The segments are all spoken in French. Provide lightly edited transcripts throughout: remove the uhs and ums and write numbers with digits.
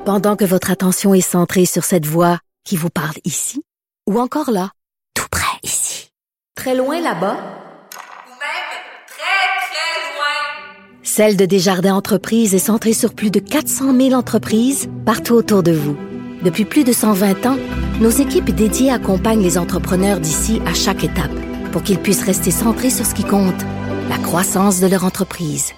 Pendant que votre attention est centrée sur cette voix qui vous parle ici, ou encore là, tout près ici, très loin là-bas, ou même très, très loin. Celle de Desjardins Entreprises est centrée sur plus de 400 000 entreprises partout autour de vous. Depuis plus de 120 ans, nos équipes dédiées accompagnent les entrepreneurs d'ici à chaque étape pour qu'ils puissent rester centrés sur ce qui compte, la croissance de leur entreprise.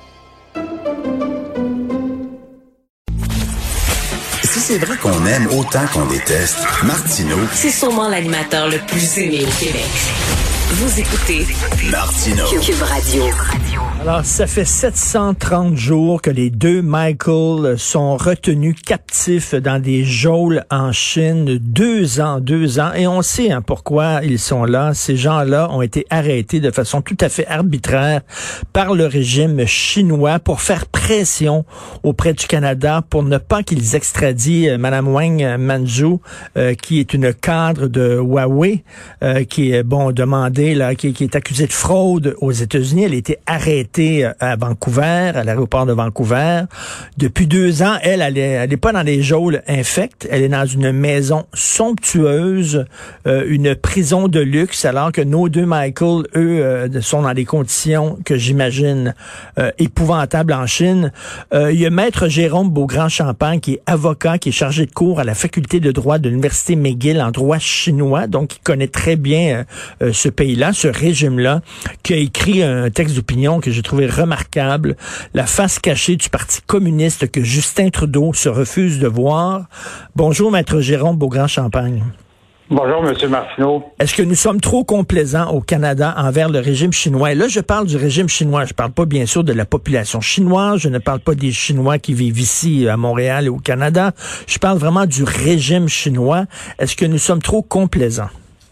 Si c'est vrai qu'on aime autant qu'on déteste, Martineau, c'est sûrement l'animateur le plus aimé au Québec. Vous écoutez Martineau. Cube Radio. Alors, ça fait 730 jours que les deux Michael sont retenus captifs dans des geôles en Chine. 2 ans. Et on sait pourquoi ils sont là. Ces gens-là ont été arrêtés de façon tout à fait arbitraire par le régime chinois pour faire pression auprès du Canada pour ne pas qu'ils extradient Mme Wang Manzhou, qui est une cadre de Huawei, qui est, demandée, là, qui est accusée de fraude aux États-Unis. Elle a été arrêtée à Vancouver, à l'aéroport de Vancouver. Depuis 2 ans, elle est pas dans des geôles infectes. Elle est dans une maison somptueuse, une prison de luxe, alors que nos deux Michael, eux, sont dans des conditions que j'imagine épouvantables en Chine. Il y a Maître Jérôme Beaugrand-Champagne, qui est avocat, qui est chargé de cours à la faculté de droit de l'Université McGill en droit chinois, donc il connaît très bien ce pays-là, ce régime-là, qui a écrit un texte d'opinion que j'ai trouvé remarquable, la face cachée du Parti communiste que Justin Trudeau se refuse de voir. Bonjour, Maître Jérôme Beaugrand-Champagne. Bonjour, M. Martineau. Est-ce que nous sommes trop complaisants au Canada envers le régime chinois? Et là, je parle du régime chinois. Je parle pas, bien sûr, de la population chinoise. Je ne parle pas des Chinois qui vivent ici, à Montréal et au Canada. Je parle vraiment du régime chinois. Est-ce que nous sommes trop complaisants?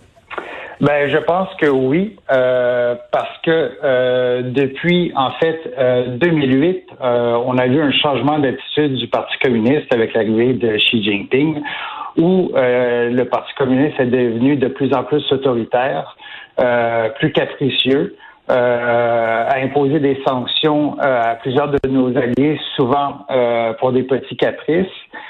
Je pense que oui, parce que depuis, en fait, 2008, on a vu un changement d'attitude du Parti communiste avec l'arrivée de Xi Jinping, où le Parti communiste est devenu de plus en plus autoritaire, plus capricieux, a imposé des sanctions à plusieurs de nos alliés, souvent pour des petits caprices.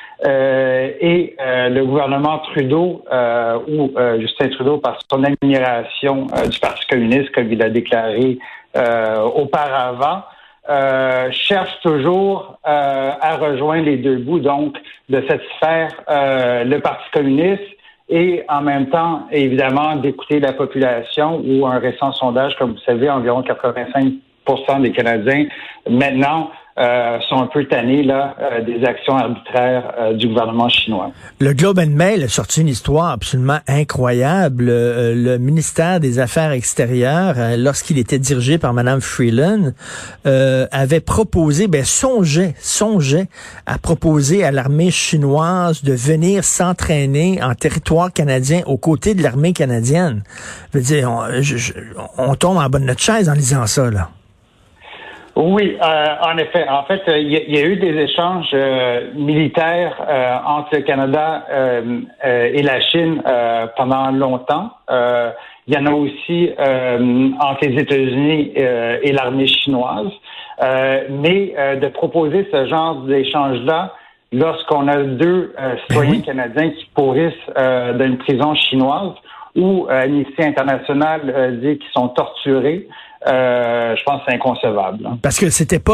Et le gouvernement Trudeau, ou Justin Trudeau, par son admiration du Parti communiste, comme il a déclaré auparavant, cherche toujours à rejoindre les deux bouts, donc de satisfaire le Parti communiste et en même temps, évidemment, d'écouter la population, où un récent sondage, comme vous savez, environ 85% des Canadiens maintenant sont un peu tannés des actions arbitraires du gouvernement chinois. Le Globe and Mail a sorti une histoire absolument incroyable. Le ministère des Affaires extérieures, lorsqu'il était dirigé par Mme Freeland, avait proposé, songeait à proposer à l'armée chinoise de venir s'entraîner en territoire canadien aux côtés de l'armée canadienne. Je veux dire, on tombe en bas de notre chaise en lisant ça, là. Oui, en effet. En fait, il y a eu des échanges militaires entre le Canada et la Chine pendant longtemps. Il y en a aussi entre les États-Unis et l'armée chinoise. Mais de proposer ce genre d'échange-là, lorsqu'on a deux citoyens canadiens qui pourrissent d'une prison chinoise, ou Amnesty International dit qu'ils sont torturés, je pense que c'est inconcevable. Parce que c'était pas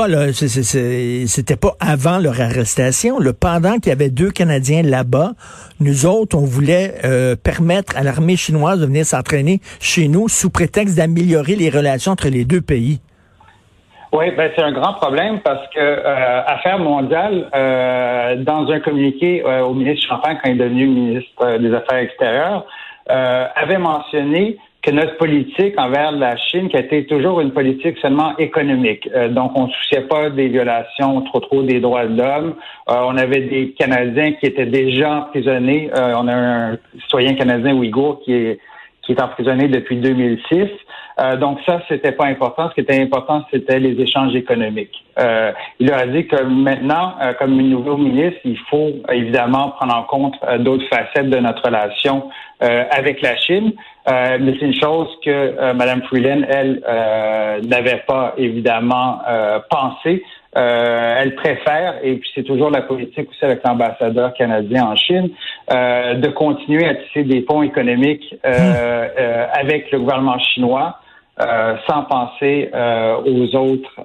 avant leur arrestation. Pendant qu'il y avait 2 Canadiens là-bas, nous autres, on voulait permettre à l'armée chinoise de venir s'entraîner chez nous sous prétexte d'améliorer les relations entre les deux pays. Oui, c'est un grand problème parce que Affaires mondiales, dans un communiqué au ministre Champagne, quand il est devenu ministre des Affaires extérieures, avait mentionné que notre politique envers la Chine, qui a été toujours une politique seulement économique. Donc, on ne souciait pas des violations trop des droits de l'homme. On avait des Canadiens qui étaient déjà emprisonnés. On a un citoyen canadien ouïghour qui est emprisonné depuis 2006. Donc ça, c'était pas important. Ce qui était important, c'était les échanges économiques. Il leur a dit que maintenant, comme nouveau ministre, il faut évidemment prendre en compte d'autres facettes de notre relation avec la Chine. Mais c'est une chose que Mme Freeland, elle, n'avait pas évidemment pensé. elle préfère, et puis c'est toujours la politique aussi avec l'ambassadeur canadien en Chine, de continuer à tisser des ponts économiques avec le gouvernement chinois, sans penser aux autres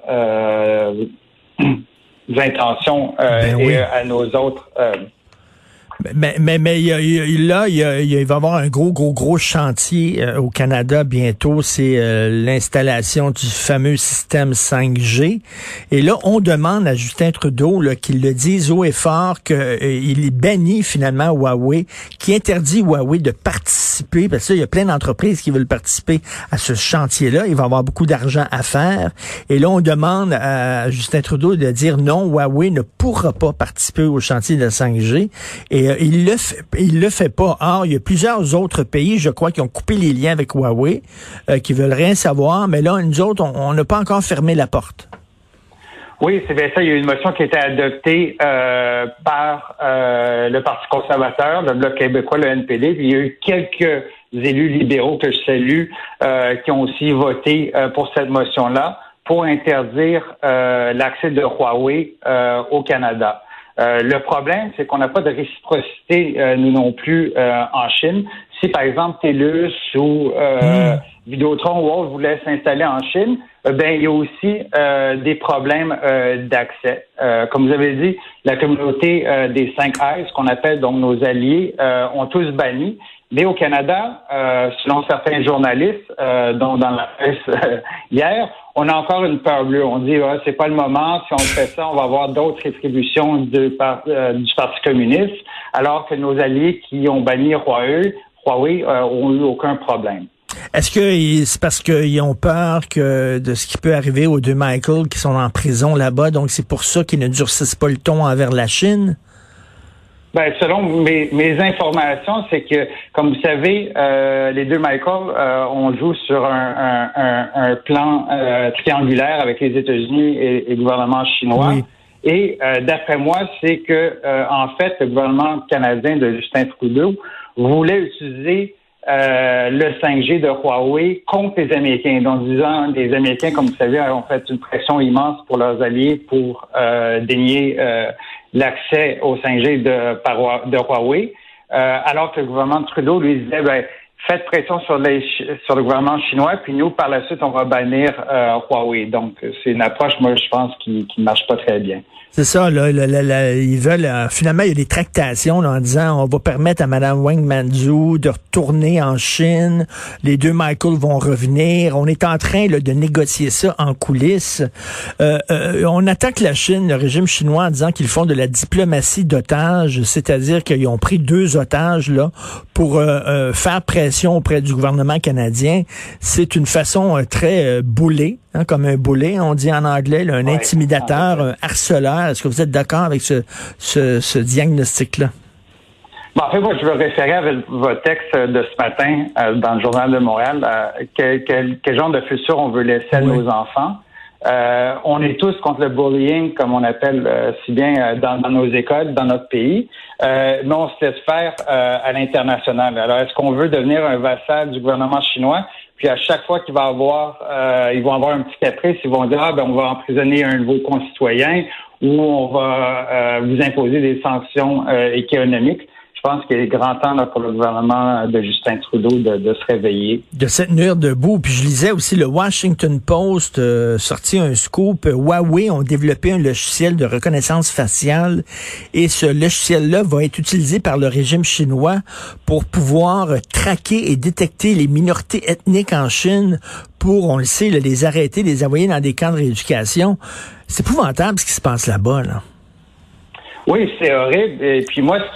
intentions et à nos autres. Mais il va y avoir un gros chantier au Canada bientôt. C'est l'installation du fameux système 5G. Et là, on demande à Justin Trudeau qu'il le dise haut et fort qu'il bannit finalement Huawei, qui interdit Huawei de participer, parce que là, il y a plein d'entreprises qui veulent participer à ce chantier-là. Il va y avoir beaucoup d'argent à faire. Et là, on demande à Justin Trudeau de dire non, Huawei ne pourra pas participer au chantier de la 5G. Et il le fait pas. Or, il y a plusieurs autres pays, je crois, qui ont coupé les liens avec Huawei, qui veulent rien savoir. Mais là, nous autres, on n'a pas encore fermé la porte. Oui, c'est bien ça. Il y a eu une motion qui a été adoptée par le Parti conservateur, le Bloc québécois, le NPD. Puis il y a eu quelques élus libéraux que je salue qui ont aussi voté pour cette motion-là pour interdire l'accès de Huawei au Canada. Le problème, c'est qu'on n'a pas de réciprocité, nous non plus, en Chine. Si, par exemple, TELUS ou Vidéotron ou autre voulait s'installer en Chine, il y a aussi des problèmes d'accès. Comme vous avez dit, la communauté des 5 Eyes, qu'on appelle donc nos alliés, ont tous banni. Mais au Canada, selon certains journalistes, dont dans la presse hier, on a encore une peur bleue. On dit c'est pas le moment. Si on fait ça, on va avoir d'autres rétributions du Parti communiste, alors que nos alliés qui ont banni Huawei ont eu aucun problème. Est-ce que c'est parce qu'ils ont peur de ce qui peut arriver aux deux Michael qui sont en prison là-bas, donc c'est pour ça qu'ils ne durcissent pas le ton envers la Chine? Selon mes informations, c'est que, comme vous savez, les deux Michael, on joue sur un plan triangulaire avec les États-Unis et le gouvernement chinois. Oui. Et d'après moi, c'est que en fait, le gouvernement canadien de Justin Trudeau voulait utiliser le 5G de Huawei contre les Américains. Donc, disant les Américains, comme vous savez, ont fait une pression immense pour leurs alliés pour dénier l'accès au 5G de Huawei, alors que le gouvernement de Trudeau lui disait, faites pression sur le gouvernement chinois, puis nous, par la suite, on va bannir Huawei. Donc, c'est une approche, moi, je pense, qui ne marche pas très bien. C'est ça, là, ils veulent, finalement, il y a des tractations là, en disant on va permettre à Mme Wang Manzhou de retourner en Chine, les deux Michael vont revenir, on est en train là, de négocier ça en coulisses. On attaque la Chine, le régime chinois, en disant qu'ils font de la diplomatie d'otages, c'est-à-dire qu'ils ont pris 2 otages là pour faire pression auprès du gouvernement canadien. C'est une façon très boulée, comme un boulet, on dit en anglais, là, un intimidateur, un harceleur. Est-ce que vous êtes d'accord avec ce diagnostic-là? En fait, moi, je veux référer à votre texte de ce matin dans le Journal de Montréal. Quel genre de futur on veut laisser à nos enfants? On est tous contre le bullying, comme on appelle si bien dans nos écoles, dans notre pays, mais on se laisse faire à l'international. Alors, est-ce qu'on veut devenir un vassal du gouvernement chinois? Puis à chaque fois qu'ils vont avoir un petit caprice, ils vont dire on va emprisonner un de vos concitoyens ou on va vous imposer des sanctions économiques. Je pense qu'il est grand temps là, pour le gouvernement de Justin Trudeau de se réveiller. De se tenir debout. Puis je lisais aussi le Washington Post sorti un scoop. Huawei ont développé un logiciel de reconnaissance faciale et ce logiciel-là va être utilisé par le régime chinois pour pouvoir traquer et détecter les minorités ethniques en Chine pour, on le sait, là, les arrêter, les envoyer dans des camps de rééducation. C'est épouvantable ce qui se passe là-bas, là. Oui, c'est horrible. Et puis moi, ce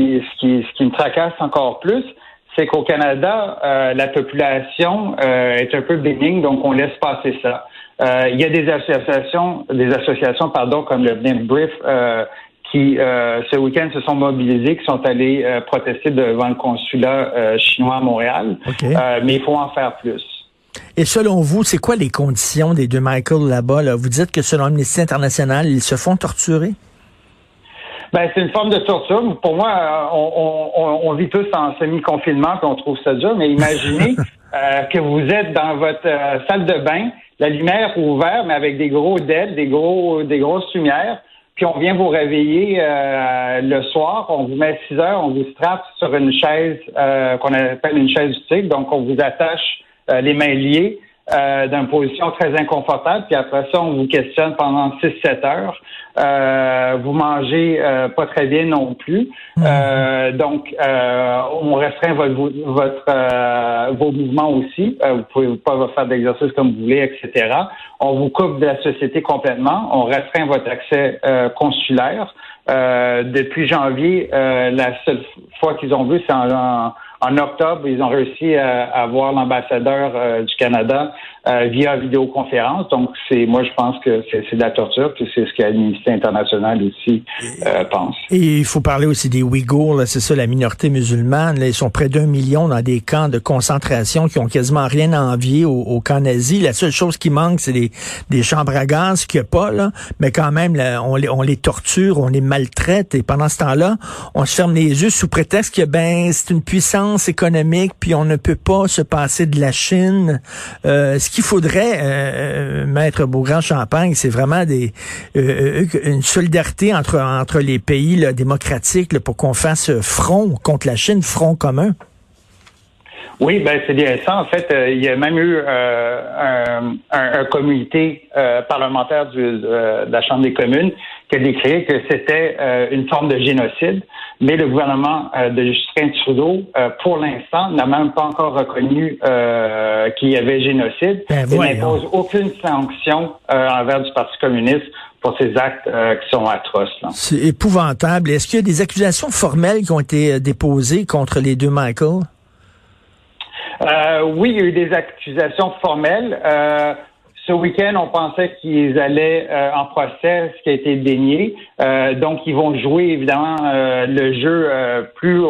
qui me tracasse encore plus, c'est qu'au Canada, la population est un peu bénigne, donc on laisse passer ça. Il y a des associations, comme le Venir Brief, qui ce week-end se sont mobilisés, qui sont allés protester devant le consulat chinois à Montréal. Okay. Mais il faut en faire plus. Et selon vous, c'est quoi les conditions des deux Michael là-bas? Là? Vous dites que selon Amnesty International, ils se font torturer? C'est une forme de torture. Pour moi, on vit tous en semi-confinement puis on trouve ça dur, mais imaginez que vous êtes dans votre salle de bain la lumière ouverte, mais avec des gros LED, des grosses lumières. Puis on vient vous réveiller le soir, on vous met à 6 heures, on vous strappe sur une chaise qu'on appelle une chaise du tigre. Donc on vous attache les mains liées d'une position très inconfortable. Puis après ça, on vous questionne pendant 6-7 heures. Vous mangez pas très bien non plus. Donc on restreint vos mouvements aussi. Vous pouvez pas faire d'exercice comme vous voulez, etc. On vous coupe de la société complètement. On restreint votre accès consulaire. Depuis janvier, la seule fois qu'ils ont vu, c'est en octobre, ils ont réussi à voir l'ambassadeur du Canada via vidéoconférence. Donc, moi, je pense que c'est de la torture, puis c'est ce que l'Amnesty international aussi pense. Et il faut parler aussi des Ouïghours, là, c'est ça, la minorité musulmane. Là, ils sont près d'1 million dans des camps de concentration qui ont quasiment rien à envier aux camps nazis. La seule chose qui manque, c'est des chambres à gaz qu'il n'y a pas, là. Mais quand même, là, on les torture, on les maltraite. Et pendant ce temps-là, on se ferme les yeux sous prétexte que, c'est une puissance économique, puis on ne peut pas se passer de la Chine. Ce qu'il faudrait, Maître Beaugrand-Champagne, c'est vraiment une solidarité entre les pays là, démocratiques là, pour qu'on fasse front contre la Chine, front commun. Oui, c'est bien ça. En fait, il y a même eu un comité parlementaire de la Chambre des communes qui a déclaré que c'était une forme de génocide, mais le gouvernement de Justin Trudeau, pour l'instant, n'a même pas encore reconnu qu'il y avait génocide et n'impose aucune sanction envers du Parti communiste pour ces actes qui sont atroces. Là. C'est épouvantable. Est-ce qu'il y a des accusations formelles qui ont été déposées contre les deux Michael? Oui, il y a eu des accusations formelles. Ce week-end, on pensait qu'ils allaient en procès, ce qui a été dénié. Donc, ils vont jouer, évidemment, le jeu plus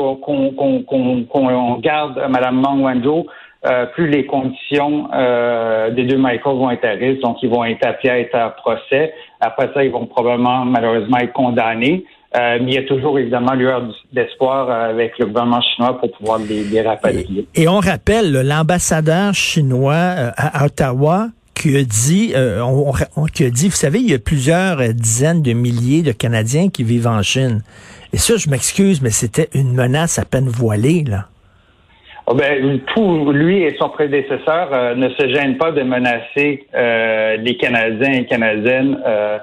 qu'on garde Mme Meng Wanzhou, plus les conditions des deux Michael vont être à risque. Donc, ils vont être appelés à être à procès. Après ça, ils vont probablement, malheureusement, être condamnés. Mais il y a toujours, évidemment, lueur d'espoir avec le gouvernement chinois pour pouvoir les rapatrier. Et on rappelle, l'ambassadeur chinois à Ottawa qui a dit, vous savez, il y a plusieurs dizaines de milliers de Canadiens qui vivent en Chine. Et ça, je m'excuse, mais c'était une menace à peine voilée, là. Lui et son prédécesseur ne se gênent pas de menacer les Canadiens et Canadiennes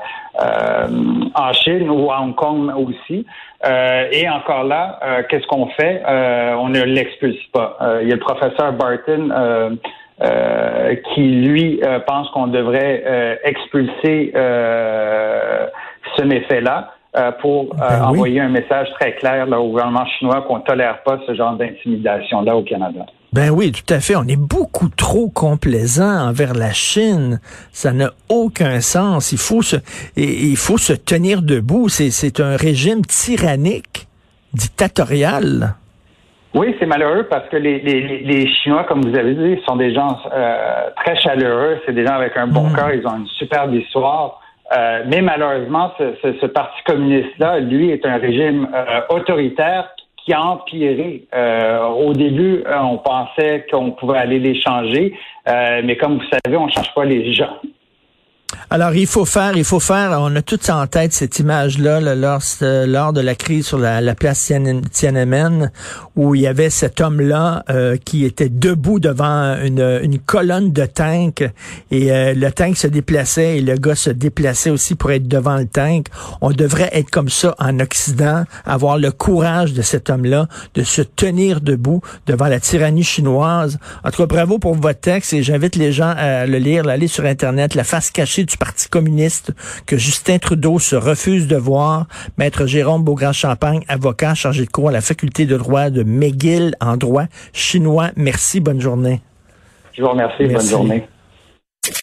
en Chine ou à Hong Kong aussi. Et encore là, qu'est-ce qu'on fait? On ne l'expulse pas. Il y a le professeur Barton qui, lui, pense qu'on devrait expulser ce méfait-là. Pour envoyer un message très clair là, au gouvernement chinois qu'on ne tolère pas ce genre d'intimidation-là au Canada. Ben oui, tout à fait. On est beaucoup trop complaisant envers la Chine. Ça n'a aucun sens. Il faut se tenir debout. C'est un régime tyrannique, dictatorial. Oui, c'est malheureux parce que les Chinois, comme vous avez dit, sont des gens très chaleureux. C'est des gens avec un bon cœur. Ils ont une superbe histoire. Mais malheureusement, ce parti communiste-là, lui, est un régime autoritaire qui a empiré. Au début, on pensait qu'on pouvait aller les changer, mais comme vous savez, on ne change pas les gens. Alors, il faut faire, on a tout en tête cette image-là là, lors de la crise sur la place Tiananmen, où il y avait cet homme-là qui était debout devant une colonne de tanks, et le tank se déplaçait et le gars se déplaçait aussi pour être devant le tank. On devrait être comme ça en Occident, avoir le courage de cet homme-là, de se tenir debout devant la tyrannie chinoise. En tout cas, bravo pour votre texte, et j'invite les gens à le lire, aller sur Internet, la face cachée du Parti communiste que Justin Trudeau se refuse de voir. Maître Jérôme Beaugrand-Champagne, avocat chargé de cours à la faculté de droit de McGill en droit chinois. Merci, bonne journée. Je vous remercie. Bonne journée.